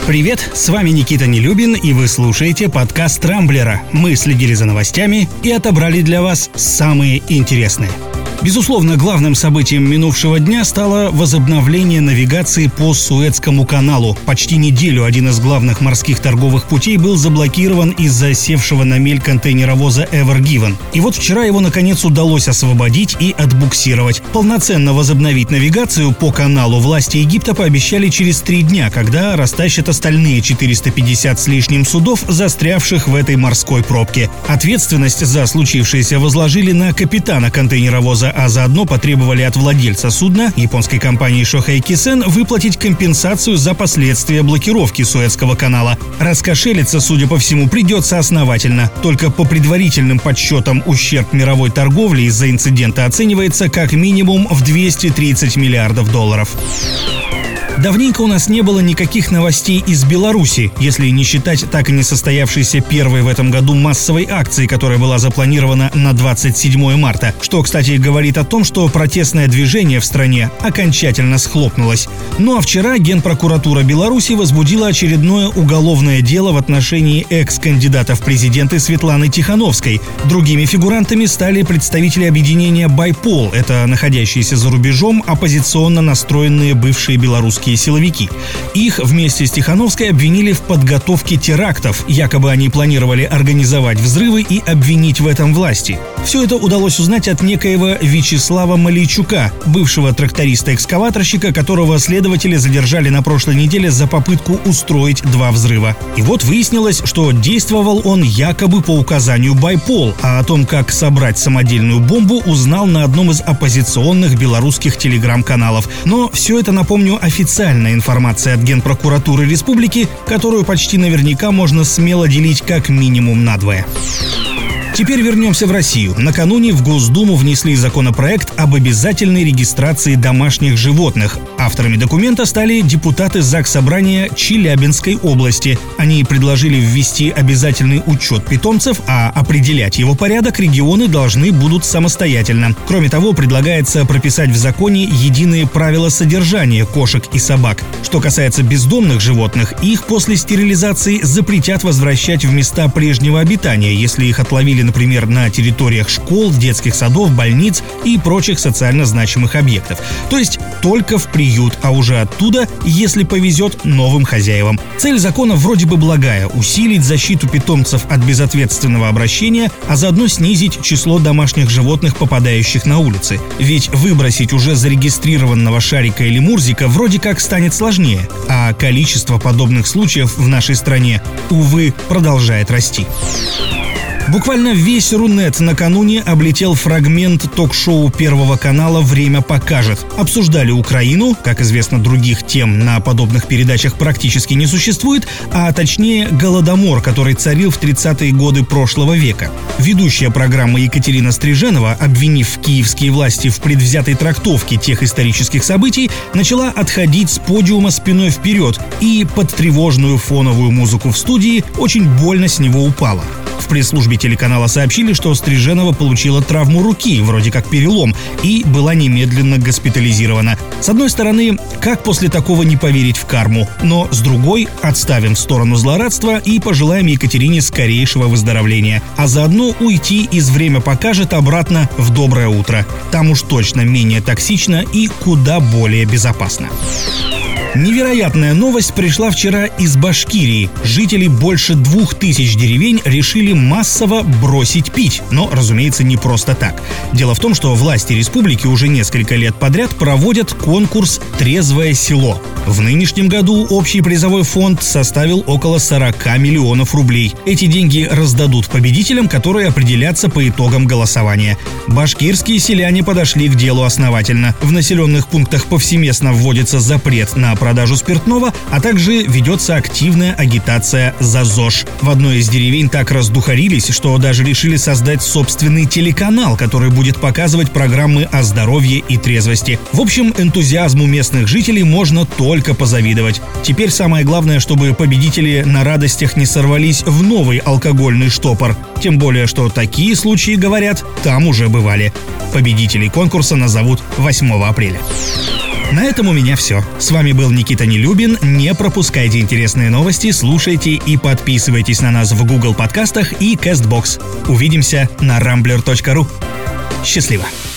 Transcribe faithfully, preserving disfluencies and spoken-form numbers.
Привет, с вами Никита Нелюбин, и вы слушаете подкаст «Рамблера». Мы следили за новостями и отобрали для вас самые интересные. Безусловно, главным событием минувшего дня стало возобновление навигации по Суэцкому каналу. Почти неделю один из главных морских торговых путей был заблокирован из-за севшего на мель контейнеровоза Ever Given. И вот вчера его наконец удалось освободить и отбуксировать. Полноценно возобновить навигацию по каналу власти Египта пообещали через три дня, когда растащат остальные четыреста пятьдесят с лишним судов, застрявших в этой морской пробке. Ответственность за случившееся возложили на капитана контейнеровоза, а заодно потребовали от владельца судна, японской компании Shōhei Kisen, выплатить компенсацию за последствия блокировки Суэцкого канала. Раскошелиться, судя по всему, придется основательно. Только по предварительным подсчетам ущерб мировой торговли из-за инцидента оценивается как минимум в двести тридцать миллиардов долларов. Давненько у нас не было никаких новостей из Беларуси, если не считать так и не состоявшейся первой в этом году массовой акции, которая была запланирована на двадцать седьмое марта. Что, кстати, говорит о том, что протестное движение в стране окончательно схлопнулось. Ну а вчера Генпрокуратура Беларуси возбудила очередное уголовное дело в отношении экс-кандидата в президенты Светланы Тихановской. Другими фигурантами стали представители объединения «Байпол». Это находящиеся за рубежом оппозиционно настроенные бывшие белорусские силовики. Их вместе с Тихановской обвинили в подготовке терактов. Якобы они планировали организовать взрывы и обвинить в этом власти. Все это удалось узнать от некоего Вячеслава Малейчука, бывшего тракториста-экскаваторщика, которого следователи задержали на прошлой неделе за попытку устроить два взрыва. И вот выяснилось, что действовал он якобы по указанию Байпол, а о том, как собрать самодельную бомбу, узнал на одном из оппозиционных белорусских телеграм-каналов. Но все это, напомню, официальная информация от Генпрокуратуры Республики, которую почти наверняка можно смело делить как минимум надвое. Теперь вернемся в Россию. Накануне в Госдуму внесли законопроект об обязательной регистрации домашних животных. Авторами документа стали депутаты Заксобрания Челябинской области. Они предложили ввести обязательный учет питомцев, а определять его порядок регионы должны будут самостоятельно. Кроме того, предлагается прописать в законе единые правила содержания кошек и собак. Что касается бездомных животных, их после стерилизации запретят возвращать в места прежнего обитания, если их отловили, например, на территориях школ, детских садов, больниц и прочих социально значимых объектов. То есть только в приют, а уже оттуда, если повезет, новым хозяевам. Цель закона вроде бы благая – усилить защиту питомцев от безответственного обращения, а заодно снизить число домашних животных, попадающих на улицы. Ведь выбросить уже зарегистрированного шарика или мурзика вроде как станет сложнее, а количество подобных случаев в нашей стране, увы, продолжает расти. Буквально весь Рунет накануне облетел фрагмент ток-шоу Первого канала «Время покажет». Обсуждали Украину, как известно, других тем на подобных передачах практически не существует, а точнее Голодомор, который царил в тридцатые годы прошлого века. Ведущая программы Екатерина Стриженова, обвинив киевские власти в предвзятой трактовке тех исторических событий, начала отходить с подиума спиной вперед и под тревожную фоновую музыку в студии очень больно с него упала. В пресс-службе телеканала сообщили, что Стриженова получила травму руки, вроде как перелом, и была немедленно госпитализирована. С одной стороны, как после такого не поверить в карму? Но с другой, отставим в сторону злорадства и пожелаем Екатерине скорейшего выздоровления. А заодно уйти из «Время покажет» обратно в «Доброе утро». Там уж точно менее токсично и куда более безопасно. Невероятная новость пришла вчера из Башкирии. Жители больше двух тысяч деревень решили массово бросить пить. Но, разумеется, не просто так. Дело в том, что власти республики уже несколько лет подряд проводят конкурс «Трезвое село». В нынешнем году общий призовой фонд составил около сорок миллионов рублей. Эти деньги раздадут победителям, которые определятся по итогам голосования. Башкирские селяне подошли к делу основательно. В населенных пунктах повсеместно вводится запрет на продажу спиртного, а также ведется активная агитация за ЗОЖ. В одной из деревень так раздухарились, что даже решили создать собственный телеканал, который будет показывать программы о здоровье и трезвости. В общем, энтузиазму местных жителей можно только позавидовать. Теперь самое главное, чтобы победители на радостях не сорвались в новый алкогольный штопор. Тем более, что такие случаи, говорят, там уже бывали. Победителей конкурса назовут восьмого апреля. На этом у меня все. С вами был Никита Нелюбин. Не пропускайте интересные новости, слушайте и подписывайтесь на нас в Google подкастах и Castbox. Увидимся на рамблер точка ру. Счастливо!